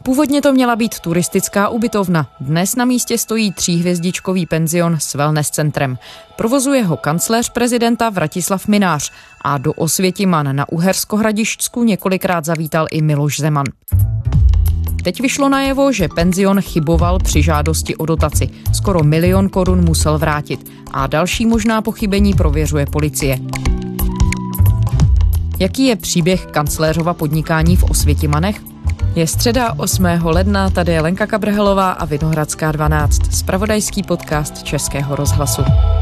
Původně to měla být turistická ubytovna. Dnes na místě stojí 3hvězdičkový penzion s wellness centrem. Provozuje ho kancléř prezidenta Vratislav Mynář a do Osvětiman na Uhersko-Hradišťsku několikrát zavítal i Miloš Zeman. Teď vyšlo najevo, že penzion chyboval při žádosti o dotaci. Skoro 1 000 000 korun musel vrátit a další možná pochybení prověřuje policie. Jaký je příběh kancléřova podnikání v Osvětimanech? Je středa 8. ledna, tady je Lenka Kabrhelová a Vinohradská 12, zpravodajský podcast Českého rozhlasu.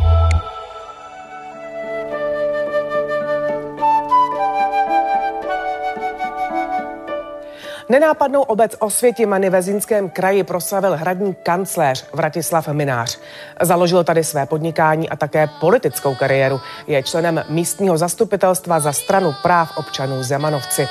Nenápadnou obec Osvětimany ve Zlínském kraji proslavil hradní kancléř Vratislav Mynář. Založil tady své podnikání a také politickou kariéru. Je členem místního zastupitelstva za stranu práv občanů Zemanovci.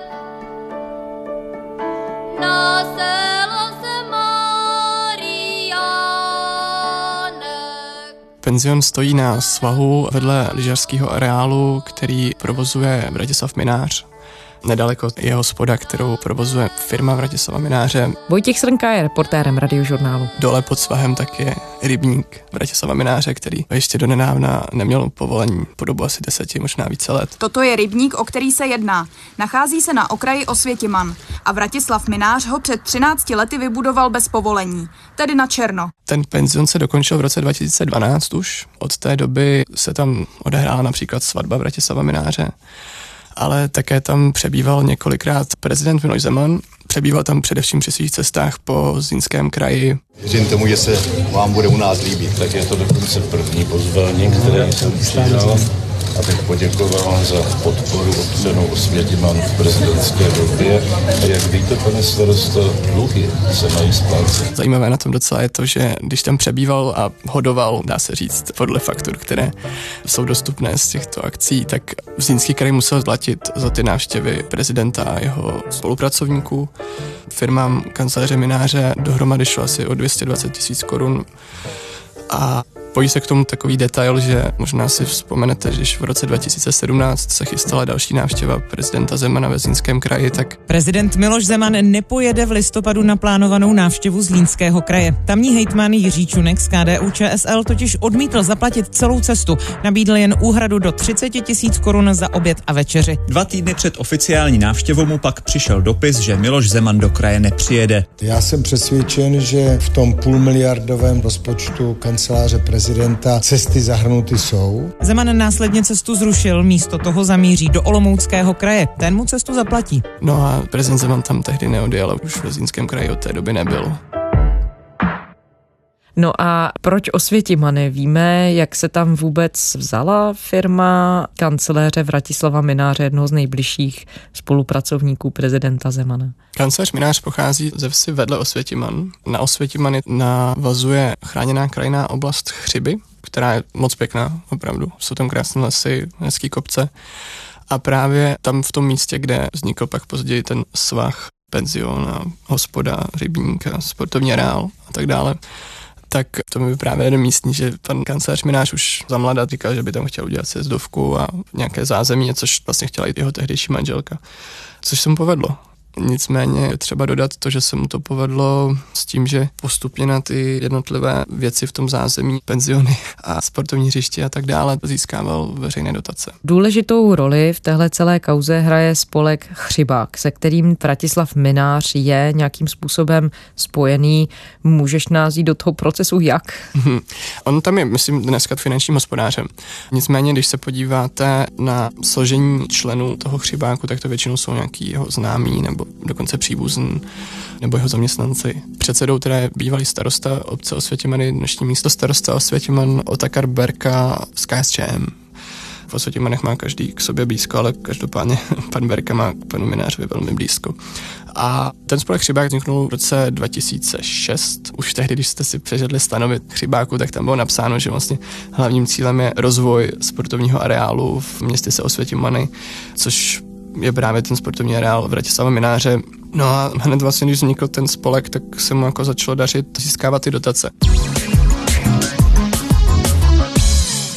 Penzion stojí na svahu vedle lyžařského areálu, který provozuje Vratislav Mynář. Nedaleko je hospoda, kterou provozuje firma Vratislava Mynáře. Vojtěch Srnka je reportérem Radiožurnálu. Dole pod svahem tak je rybník Vratislava Mynáře, který ještě donedávna neměl povolení po dobu asi 10, možná více let. Toto je rybník, o který se jedná. Nachází se na okraji Osvětiman a Vratislav Mynář ho před 13 lety vybudoval bez povolení, tedy na černo. Ten penzion se dokončil v roce 2012 už. Od té doby se tam odehrála například svatba Vratislava Mynáře. Ale také tam přebýval několikrát prezident Miloš Zeman. Přebýval tam především při svých cestách po Zlínském kraji. Věřím tomu, že se vám bude u nás líbit. Tak je to dokonce první pozvání, které jsem přijal, abych poděkoval za podporu občanů Osvětiman v prezidentské volbě. A jak víte, pane starosto, dluhy se mají splácet. Zajímavé na tom docela je to, že když tam přebýval a hodoval, dá se říct, podle faktur, které jsou dostupné z těchto akcí, tak Zlínský kraj musel platit za ty návštěvy prezidenta a jeho spolupracovníků. Firmám kancléře Mynáře dohromady šlo asi o 220 000 korun. A pojí se k tomu takový detail, že možná si vzpomenete, že v roce 2017 se chystala další návštěva prezidenta Zemana ve Zlínském kraji, tak prezident Miloš Zeman nepojede v listopadu na plánovanou návštěvu Zlínského kraje. Tamní hejtman Jiří Čunek z KDU-ČSL totiž odmítl zaplatit celou cestu. Nabídl jen úhradu do 30 000 korun za oběd a večeři. 2 týdny před oficiální návštěvou mu pak přišel dopis, že Miloš Zeman do kraje nepřijede. Já jsem přesvědčen, že v tom půlmiliardovém rozpočtu kanceláře prezidenta cesty zahrnuty jsou. Zeman následně cestu zrušil, místo toho zamíří do Olomouckého kraje. Ten mu cestu zaplatí. No a prezident Zeman tam tehdy neodjel, už ve Zlínském kraji od té doby nebyl. No a proč Osvětimany? Víme, jak se tam vůbec vzala firma kancléře Vratislava Mynáře, jednoho z nejbližších spolupracovníků prezidenta Zemana? Kancléř Mynář pochází ze vsi vedle Osvětiman. Na Osvětimany navazuje chráněná krajinná oblast Chřiby, která je moc pěkná, opravdu. Jsou tam krásné lesy, hezký kopce. A právě tam v tom místě, kde vznikl pak později ten svah, penzion a hospoda, rybník a sportovní areál a tak dále, tak to mi vyprávěl jeden místní, že pan kancléř Mynář už za mladá říkal, že by tam chtěl udělat sjezdovku a nějaké zázemí, což vlastně chtěla i jeho tehdejší manželka. Což se mu povedlo. Nicméně je třeba dodat to, že se mu to povedlo s tím, že postupně na ty jednotlivé věci v tom zázemí, penziony a sportovní hřiště a tak dále získával veřejné dotace. Důležitou roli v téhle celé kauze hraje spolek Chřibák, se kterým Vratislav Mynář je nějakým způsobem spojený. Můžeš nás jít do toho procesu jak? On tam je, myslím, dneska finančním hospodářem. Nicméně, když se podíváte na složení členů toho Chřibáku, tak to většinou jsou nějaký jeho známí nebo dokonce příbuzný, nebo jeho zaměstnanci. Předsedou teda je bývalý starosta obce Osvětimany, dnešní místo starosta Osvětiman Otakar Berka z KSČM. V Osvětimanech má každý k sobě blízko, ale každopádně pan Berka má k panu Mynářovi velmi blízko. A ten spolek Chřibák vzniknul v roce 2006. Už tehdy, když jste si přečetli stanovy Chřibáku, tak tam bylo napsáno, že vlastně hlavním cílem je rozvoj sportovního areálu v městě se Osvětimany, což je právě ten sportovní areál Vratislava Mynáře. No a hned vlastně, když vznikl ten spolek, tak se mu jako začalo dařit získávat ty dotace.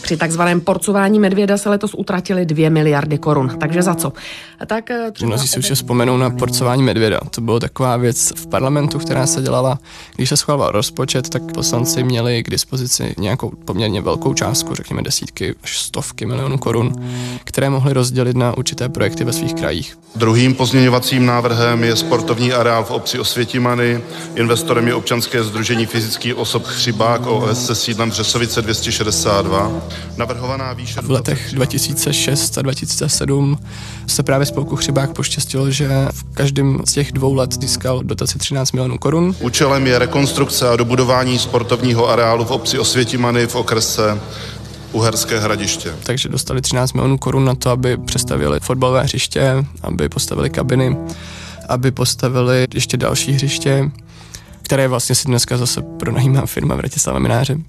Při takzvaném porcování medvěda se letos utratili 2 miliardy korun. Takže za co? Tak mnozí si už vzpomenou na porcování medvěda. To bylo taková věc v parlamentu, která se dělala, když se schvaloval rozpočet, tak poslanci měli k dispozici nějakou poměrně velkou částku, řekněme desítky až stovky milionů korun, které mohli rozdělit na určité projekty ve svých krajích. Druhým pozměňovacím návrhem je sportovní areál v obci Osvětimany. Investorem je občanské sdružení fyzických osob Chřibák OS se sídlem Břesovice 262. Navrhovaná výše... V letech 2006 a 2007 se právě spolku Chřibák poštěstilo, že v každém z těch 2 let získal dotaci 13 milionů korun. Účelem je rekonstrukce a dobudování sportovního areálu v obci Osvětimany v okrese Uherské Hradiště. Takže dostali 13 milionů korun na to, aby přestavěli fotbalové hřiště, aby postavili kabiny, aby postavili ještě další hřiště, které vlastně si dneska zase pronajímá firma Vratislava Mynáře.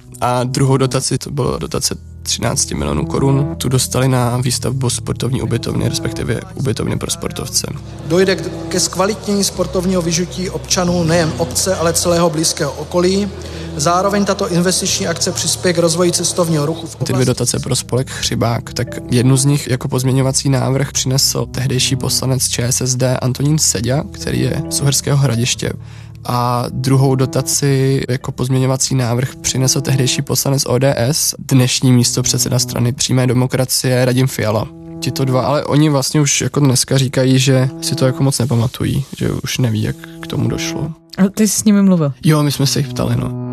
A druhou dotaci, to byla dotace 13 milionů korun, tu dostali na výstavbu sportovní ubytovny, respektive ubytovny pro sportovce. Dojde ke zkvalitnění sportovního vyžití občanů nejen obce, ale celého blízkého okolí. Zároveň tato investiční akce přispěje k rozvoji cestovního ruchu v oblasti. Ty 2 dotace pro spolek Chřibák, tak jednu z nich jako pozměňovací návrh přinesl tehdejší poslanec ČSSD Antonín Seďa, který je z Uherského Hradiště. A druhou dotaci jako pozměňovací návrh přinesl tehdejší poslanec ODS, dnešní místopředseda strany Přímé demokracie Radim Fiala. Tito 2, ale oni vlastně už jako dneska říkají, že si to jako moc nepamatují, že už neví, jak k tomu došlo. A ty jsi s nimi mluvil? Jo, my jsme se jich ptali, no.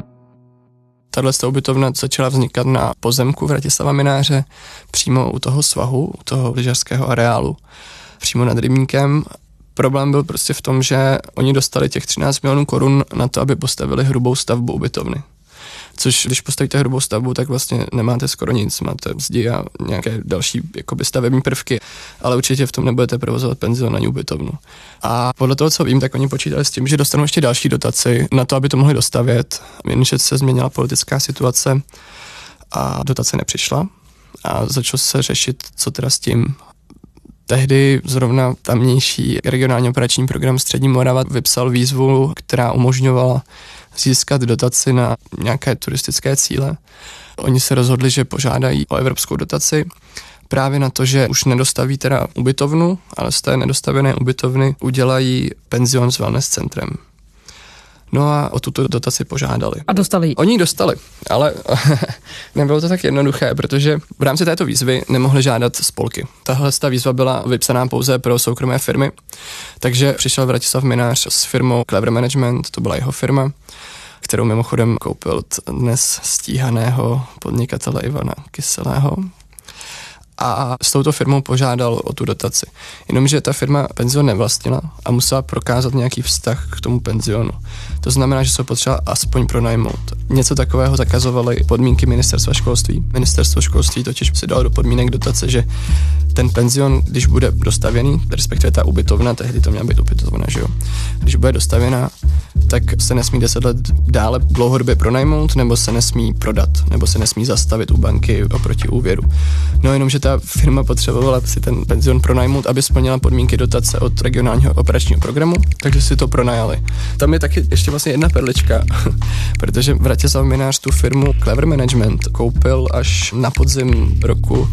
Tahle ubytovna začala vznikat na pozemku Vratislava Mynáře, přímo u toho svahu, u toho lyžařského areálu, přímo nad rybníkem. Problém byl prostě v tom, že oni dostali těch 13 milionů korun na to, aby postavili hrubou stavbu ubytovny. Což když postavíte hrubou stavbu, tak vlastně nemáte skoro nic, máte zdi a nějaké další jakoby stavební prvky, ale určitě v tom nebudete provozovat penzion ani ubytovnu. A podle toho, co vím, tak oni počítali s tím, že dostanou ještě další dotaci na to, aby to mohli dostavět, jenže se změnila politická situace a dotace nepřišla a začalo se řešit, co teda s tím. Tehdy zrovna tamnější regionální operační program Střední Morava vypsal výzvu, která umožňovala získat dotaci na nějaké turistické cíle. Oni se rozhodli, že požádají o evropskou dotaci právě na to, že už nedostaví teda ubytovnu, ale z té nedostavěné ubytovny udělají penzion s wellness centrem. No a o tuto dotaci požádali. A dostali ji? Oni ji dostali, ale nebylo to tak jednoduché, protože v rámci této výzvy nemohli žádat spolky. Tahle výzva byla vypsaná pouze pro soukromé firmy, takže přišel Vratislav Mynář s firmou Clever Management, to byla jeho firma, kterou mimochodem koupil dnes stíhaného podnikatele Ivana Kyselého. A s touto firmou požádal o tu dotaci. Jenomže ta firma penzion nevlastnila a musela prokázat nějaký vztah k tomu penzionu. To znamená, že se potřeba aspoň pronajmout. Něco takového zakazovaly podmínky ministerstva školství. Ministerstvo školství totiž si dalo do podmínek dotace, že ten penzion, když bude dostavěný, respektive ta ubytovna, tehdy to měla být ubytovna, že jo, když bude dostavěná, tak se nesmí 10 let dále dlouhodobě pronajmout, nebo se nesmí prodat, nebo se nesmí zastavit u banky oproti úvěru. No jenom, že ta firma potřebovala si ten penzion pronajmout, aby splnila podmínky dotace od regionálního operačního programu, takže si to pronajali. Tam je taky ještě vlastně jedna perlička, protože Vratislav Mynář tu firmu Clever Management koupil až na podzim roku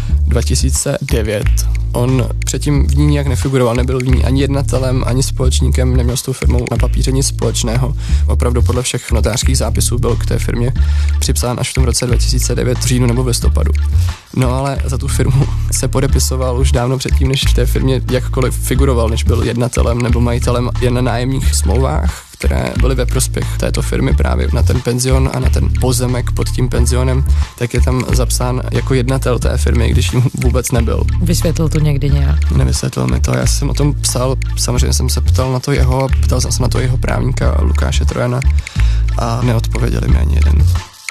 2009. On předtím v ní nijak nefiguroval, nebyl v ní ani jednatelem, ani společníkem, neměl s tou firmou na papíře nic společného. Opravdu podle všech notářských zápisů byl k té firmě připsán až v tom roce 2009 v říjnu nebo v listopadu. No ale za tu firmu se podepisoval už dávno předtím, než v té firmě jakkoliv figuroval, než byl jednatelem nebo majitelem jen na nájemních smlouvách, které byly ve prospěch této firmy právě na ten penzion a na ten pozemek pod tím penzionem, tak je tam zapsán jako jednatel té firmy, když ním vůbec nebyl. Vysvětlil to někdy nějak? Nevysvětlil mi to, já jsem o tom psal, samozřejmě jsem se ptal na to jeho, ptal jsem se na to jeho právníka Lukáše Trojana a neodpověděli mi ani jeden.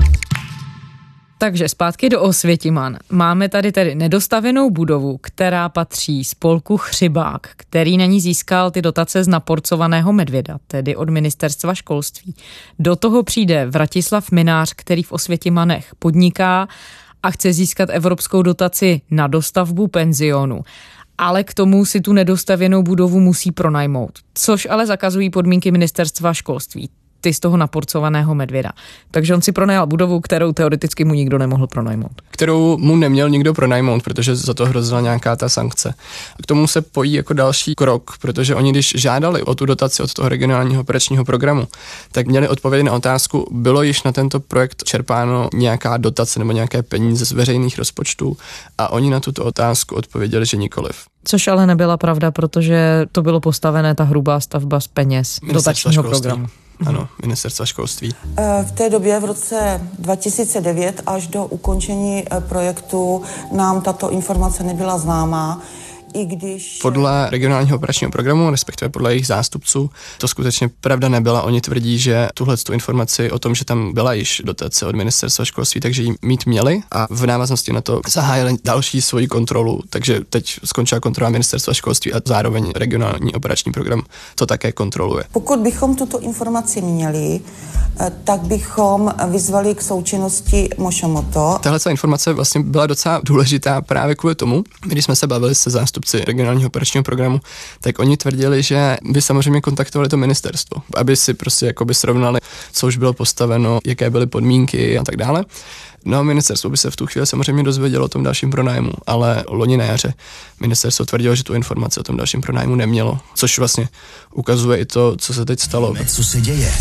Takže zpátky do Osvětiman. Máme tady tedy nedostavěnou budovu, která patří spolku Chřibák, který na ní získal ty dotace z naporcovaného medvěda, tedy od ministerstva školství. Do toho přijde Vratislav Mynář, který v Osvětimanech podniká a chce získat evropskou dotaci na dostavbu penzionu. Ale k tomu si tu nedostavěnou budovu musí pronajmout, což ale zakazují podmínky ministerstva školství. ty z toho naporcovaného medvěda. Takže on si pronajal budovu, kterou teoreticky mu nikdo nemohl pronajmout. Kterou mu neměl nikdo pronajmout, protože za to hrozila nějaká ta sankce. K tomu se pojí jako další krok, protože oni, když žádali o tu dotaci od toho regionálního operačního programu, tak měli odpověď na otázku, bylo již na tento projekt čerpáno nějaká dotace nebo nějaké peníze z veřejných rozpočtů, a oni na tuto otázku odpověděli, že nikoliv. Což ale nebyla pravda, protože to bylo postavené, ta hrubá stavba z peněz dotačního programu. Ano, ministerstva školství. V té době v roce 2009 až do ukončení projektu nám tato informace nebyla známá. I když... Podle regionálního operačního programu, respektive podle jejich zástupců, to skutečně pravda nebyla. Oni tvrdí, že tuhletu informaci o tom, že tam byla již dotace od ministerstva školství, takže ji mít měli a v návaznosti na to zahájili další svoji kontrolu, takže teď skončila kontrola ministerstva školství a zároveň regionální operační program to také kontroluje. Pokud bychom tuto informaci měli, tak bychom vyzvali k součinnosti MŠMT. Tahle informace vlastně byla docela důležitá právě kvůli tomu, když jsme se bavili se zástupci regionálního operačního programu, tak oni tvrdili, že by samozřejmě kontaktovali to ministerstvo, aby si prostě jakoby srovnali, co už bylo postaveno, jaké byly podmínky a tak dále. No, ministerstvo by se v tu chvíli samozřejmě dozvědělo o tom dalším pronájmu, ale loni na jaře ministerstvo tvrdilo, že tu informaci o tom dalším pronájmu nemělo, což vlastně ukazuje i to, co se teď stalo. Co se děje?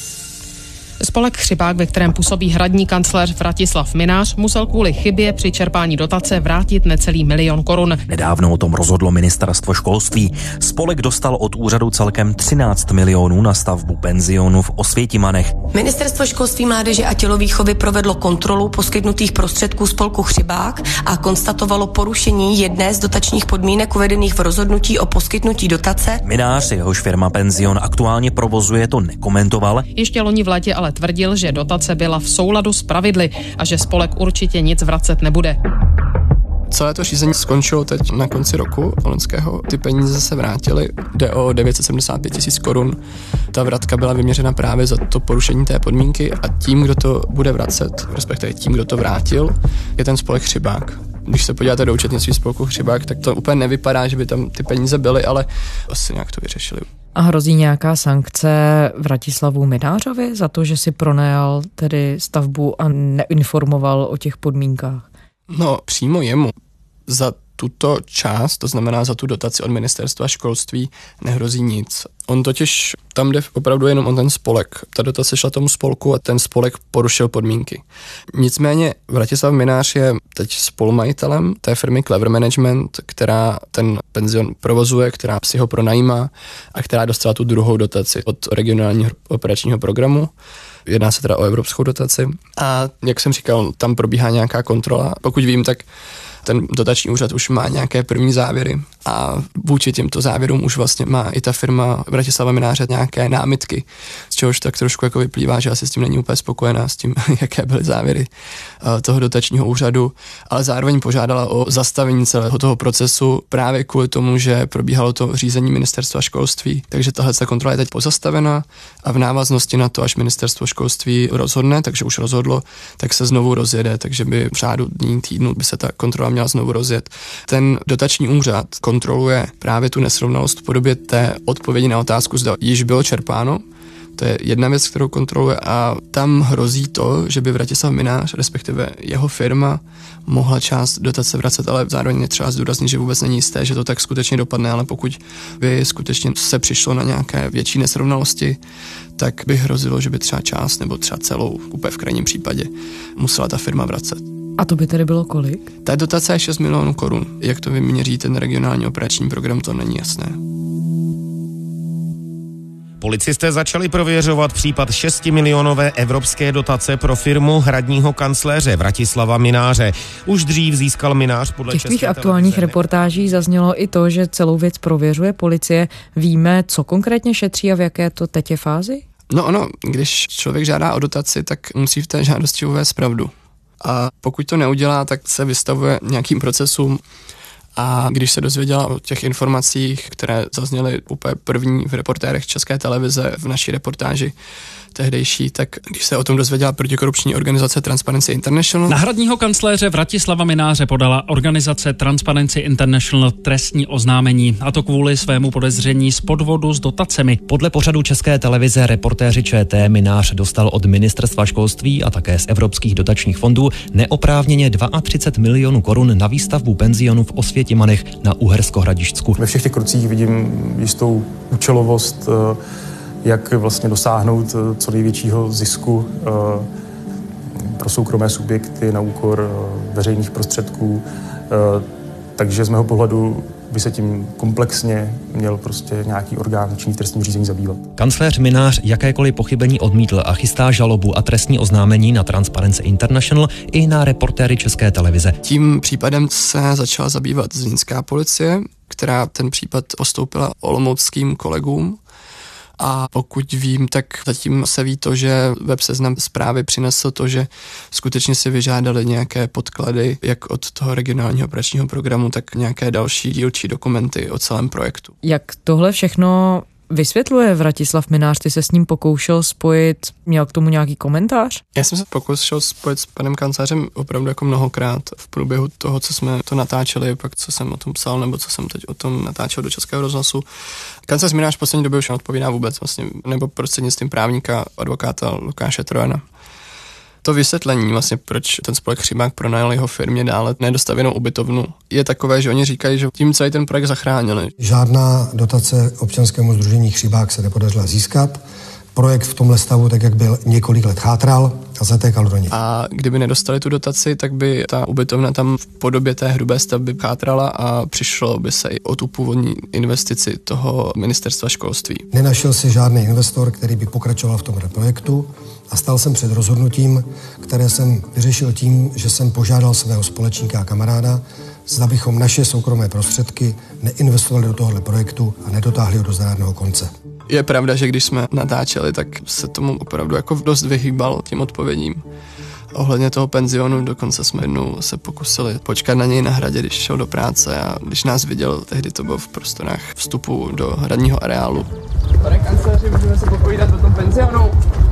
Spolek Chřibák, ve kterém působí hradní kancléř Vratislav Mynář, musel kvůli chybě při čerpání dotace vrátit necelý 1 milion korun. Nedávno o tom rozhodlo ministerstvo školství. Spolek dostal od úřadu celkem 13 milionů na stavbu penzionu v Osvětimanech. Ministerstvo školství, mládeže a tělovýchovy provedlo kontrolu poskytnutých prostředků spolku Chřibák a konstatovalo porušení jedné z dotačních podmínek uvedených v rozhodnutí o poskytnutí dotace. Mynář, jehož firma penzion aktuálně provozuje, to nekomentoval. Ještě loni v létě ale tvrdil, že dotace byla v souladu s pravidly a že spolek určitě nic vracet nebude. Celé to řízení skončilo teď na konci roku loňského. Ty peníze se vrátily, jde o 975 000 korun. Ta vratka byla vyměřena právě za to porušení té podmínky a tím, kdo to bude vracet, respektive tím, kdo to vrátil, je ten spolek Chřibák. Když se podíváte do účetnictví spolku Chřibák, tak to úplně nevypadá, že by tam ty peníze byly, ale asi nějak to vyřešili. A hrozí nějaká sankce Vratislavu Mynářovi za to, že si pronajal tedy stavbu a neinformoval o těch podmínkách? No, přímo jemu. Za tuto část, to znamená za tu dotaci od ministerstva školství, nehrozí nic. On totiž tam jde opravdu jenom o ten spolek. Ta dotace šla tomu spolku a ten spolek porušil podmínky. Nicméně Vratislav Mynář je teď spolumajitelem té firmy Clever Management, která ten penzion provozuje, která si ho pronajímá a která dostala tu druhou dotaci od regionálního operačního programu. Jedná se teda o evropskou dotaci. A jak jsem říkal, tam probíhá nějaká kontrola. Pokud vím, tak ten dotační úřad už má nějaké první závěry a vůči těmto závěrům už vlastně má i ta firma Vratislava Mynáře nějaké námitky, z čehož tak trošku jako vyplývá, že asi s tím není úplně spokojená s tím, jaké byly závěry toho dotačního úřadu, ale zároveň požádala o zastavení celého toho procesu právě kvůli tomu, že probíhalo to řízení ministerstva školství. Takže tahle kontrola je teď pozastavena a v návaznosti na to, až ministerstvo školství rozhodne, takže už rozhodlo, tak se znovu rozjede, takže by v řádu dní, týdnů by se ta kontrola měla znovu rozjet. Ten dotační úřad kontroluje právě tu nesrovnalost v podobě té odpovědi na otázku, zda již bylo čerpáno. To je jedna věc, kterou kontroluje a tam hrozí to, že by Vratislav Mynář, respektive jeho firma, mohla část dotace vracet, ale zároveň je třeba zdůraznit, že vůbec není jisté, že to tak skutečně dopadne, ale pokud by skutečně se přišlo na nějaké větší nesrovnalosti, tak by hrozilo, že by třeba část nebo třeba celou, úplně v krajním případě, musela ta firma vracet. A to by tedy bylo kolik? Ta dotace je 6 milionů korun. Jak to vyměří ten regionální operační program, to není jasné. Policisté začali prověřovat případ 6milionové evropské dotace pro firmu hradního kancléře Vratislava Mynáře. Už dřív získal Mynář podle České televize. V těch aktuálních reportážích zaznělo i to, že celou věc prověřuje policie. Víme, co konkrétně šetří a v jaké to teď je fázi? No ono, když člověk žádá o dotaci, tak musí v té žádosti uvést pravdu. A pokud to neudělá, tak se vystavuje nějakým procesům A když se dozvěděla o těch informacích, které zazněly úplně první v Reportérech České televize v naší reportáži tehdejší, tak když se o tom dozvěděla protikorupční organizace Transparency International. Na hradního kancléře Vratislava Mynáře podala organizace Transparency International trestní oznámení, a to kvůli svému podezření z podvodu s dotacemi. Podle pořadu České televize Reportéři ČT Mynář dostal od Ministerstva školství a také z evropských dotačních fondů neoprávněně 32 milionů korun na výstavbu penzionů v Osvětimanech na Uhersko-Hradišťsku. Ve všech těch krocích vidím jistou účelovost, jak vlastně dosáhnout co největšího zisku pro soukromé subjekty na úkor veřejných prostředků. Takže z mého pohledu by se tím komplexně měl prostě nějaký orgán činný v trestním řízení zabývat. Kancléř Mynář jakékoliv pochybení odmítl a chystá žalobu a trestní oznámení na Transparency International i na Reportéry České televize. Tím případem se začala zabývat zlínská policie, která ten případ postoupila olomouckým kolegům. A pokud vím, tak zatím se ví to, že web Seznam Zprávy přinesl to, že skutečně si vyžádali nějaké podklady, jak od toho regionálního operačního programu, tak nějaké další dílčí dokumenty o celém projektu. Jak tohle všechno vysvětluje Vratislav Mynář? Ty se s ním pokoušel spojit, měl k tomu nějaký komentář? Já jsem se pokoušel spojit s panem kancléřem opravdu jako mnohokrát v průběhu toho, co jsme to natáčeli, pak co jsem o tom psal, nebo co jsem teď o tom natáčel do Českého rozhlasu. Kancléř Mynář v poslední době už neodpovídá vůbec vlastně, nebo prostřednictvím právníka advokáta Lukáše Trojana. To vysvětlení vlastně, proč ten spolek Chřibák pronajal jeho firmě dále nedostavěnou ubytovnu, je takové, že oni říkají, že tím celý ten projekt zachránili. Žádná dotace občanskému sdružení Chřibák se nepodařila získat. Projekt v tomhle stavu, tak jak byl, několik let chátral a zatékal do něj. A kdyby nedostali tu dotaci, tak by ta ubytovna tam v podobě té hrubé stavby chátrala a přišlo by se i o tu původní investici toho ministerstva školství. Nenašel se žádný investor, který by pokračoval v tomhle projektu a stal jsem před rozhodnutím, které jsem vyřešil tím, že jsem požádal svého společníka a kamaráda, zda bychom naše soukromé prostředky neinvestovali do tohohle projektu a nedotáhli ho do zdárného konce. Je pravda, že když jsme natáčeli, tak se tomu opravdu jako dost vyhýbal tím odpovědím. Ohledně toho penzionu dokonce jsme jednou se pokusili počkat na něj na hradě, když šel do práce, a když nás viděl, tehdy to bylo v prostorách vstupu do hradního areálu. Pane kancléři, můžeme se popovídat o tom penzionu?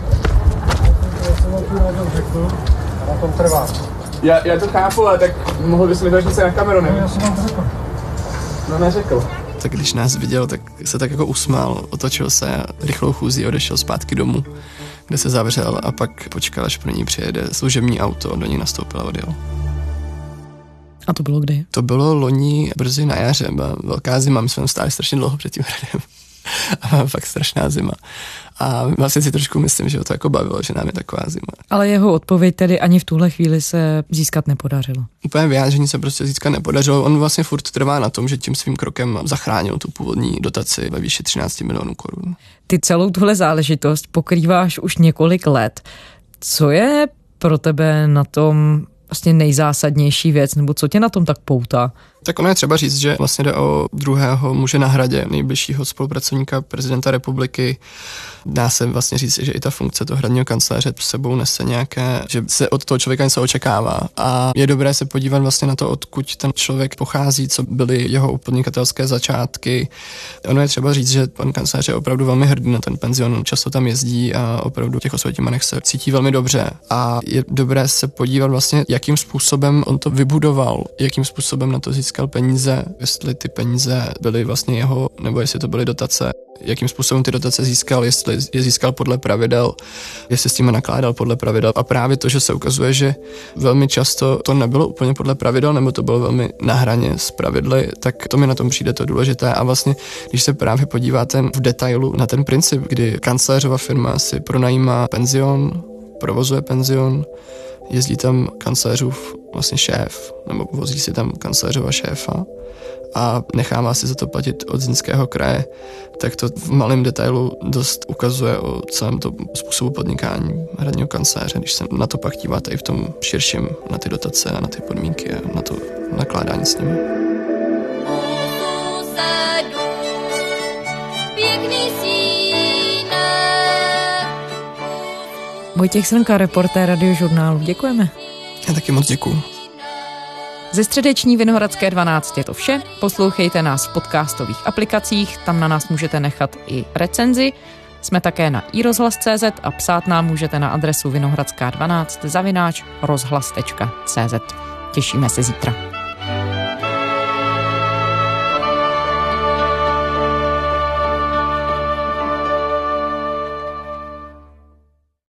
Na tom trvá. Já to chápu, ale tak mohl bys mi to říct na kameru, nevím. Já jsem vám to řekl. No neřekl. Tak když nás viděl, tak se tak jako usmál, otočil se a rychlou chůzí odešel zpátky domů, kde se zavřel, a pak počkal, až pro ní přijede služební auto, do ní nastoupil a odjel. A to bylo kdy? To bylo loni brzy na jaře, byla velká zima, my jsme stáli strašně dlouho před tím hradem. A fakt strašná zima. A vlastně si trošku myslím, že ho to jako bavilo, že nám je taková zima. Ale jeho odpověď tedy ani v tuhle chvíli se získat nepodařilo. Úplně vyjádření se prostě získat nepodařilo. On vlastně furt trvá na tom, že tím svým krokem zachránil tu původní dotaci ve výši 13 milionů korun. Ty celou tuhle záležitost pokrýváš už několik let. Co je pro tebe na tom vlastně nejzásadnější věc, nebo co tě na tom tak poutá? Tak ono je třeba říct, že vlastně jde o druhého muže na hradě, nejbližšího spolupracovníka prezidenta republiky. Dá se vlastně říct, že i ta funkce toho hradního kancléře s sebou nese nějaké, že se od toho člověka něco očekává. A je dobré se podívat vlastně na to, odkud ten člověk pochází, co byly jeho podnikatelské začátky. Ono je třeba říct, že pan kancléř je opravdu velmi hrdý na ten penzion, často tam jezdí a opravdu v těch Osvětimanech se cítí velmi dobře. A je dobré se podívat vlastně, jakým způsobem on to vybudoval, jakým způsobem na to získal peníze, jestli ty peníze byly vlastně jeho, nebo jestli to byly dotace, jakým způsobem ty dotace získal, jestli je získal podle pravidel, jestli s tím nakládal podle pravidel. A právě to, že se ukazuje, že velmi často to nebylo úplně podle pravidel, nebo to bylo velmi na hraně s pravidly, tak to mi na tom přijde to důležité. A vlastně, když se právě podíváte v detailu na ten princip, kdy kancléřova firma si pronajímá penzion, provozuje penzion, jezdí tam kancléřův vlastně šéf, nebo vozí si tam kancléřova šéfa a nechává si za to platit od Zlínského kraje, tak to v malém detailu dost ukazuje o celém tom způsobu podnikání hradního kancléře, když se na to pak díváte i v tom širším, na ty dotace a na ty podmínky a na to nakládání s nimi. Vojtěch Srnka, reportér Radiožurnálu. Děkujeme. Já taky moc děkuju. Ze středeční Vinohradské 12 je to vše. Poslouchejte nás v podcastových aplikacích, tam na nás můžete nechat i recenzi. Jsme také na iRozhlas.cz a psát nám můžete na adresu vinohradská12 @rozhlas.cz. Těšíme se zítra.